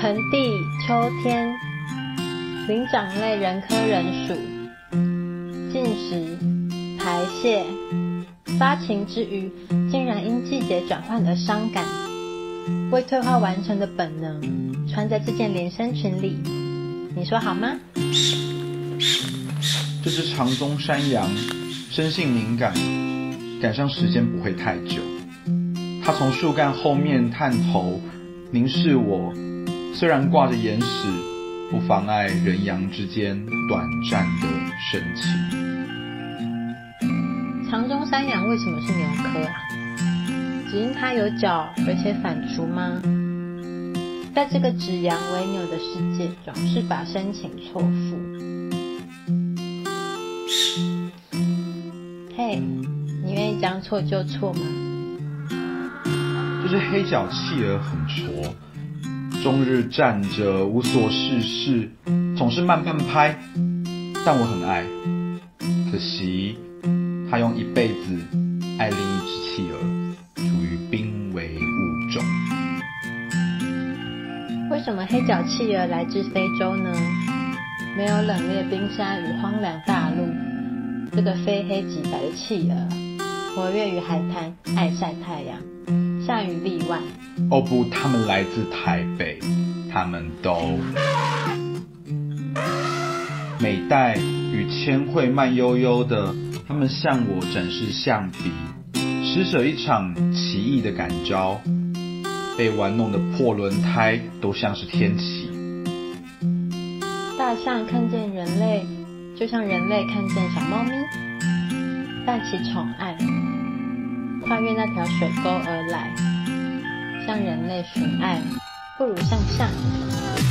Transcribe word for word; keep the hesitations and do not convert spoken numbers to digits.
盆地秋天，灵长类人科人属，进食、排泄、发情之余，竟然因季节转换而伤感，未退化完成的本能穿在这件连身裙里，你说好吗？ 这只长鬃山羊生性敏感，赶上时间不会太久。它从树干后面探头凝视我，虽然挂着眼屎，不妨碍人羊之间短暂的深情。 长鬃山羊为什么是牛科啊？只因它有角而且反刍吗？在这个指羊为牛的世界，总是把深情错付。嘿，你愿意将错就错吗？ 这只黑脚企鹅很挫，终日站着无所事事，总是慢半拍，但我很爱。可惜它用一辈子爱另一只企鹅，处于濒危物种。 为什么黑脚企鹅来自非洲呢？没有冷冽冰山与荒凉大陆，这个非黑即白的企鹅活跃于海滩，爱晒太阳，善于例外。 哦不，他们来自台北，他们都美代与千惠慢悠悠的，他们向我展示象鼻，施舍一场奇异的感召。被玩弄的破轮胎都像是天启。 大象看见人类，就像人类看见小猫咪，泛起宠爱，跨越那条水沟而来，向人类寻爱，不如向下。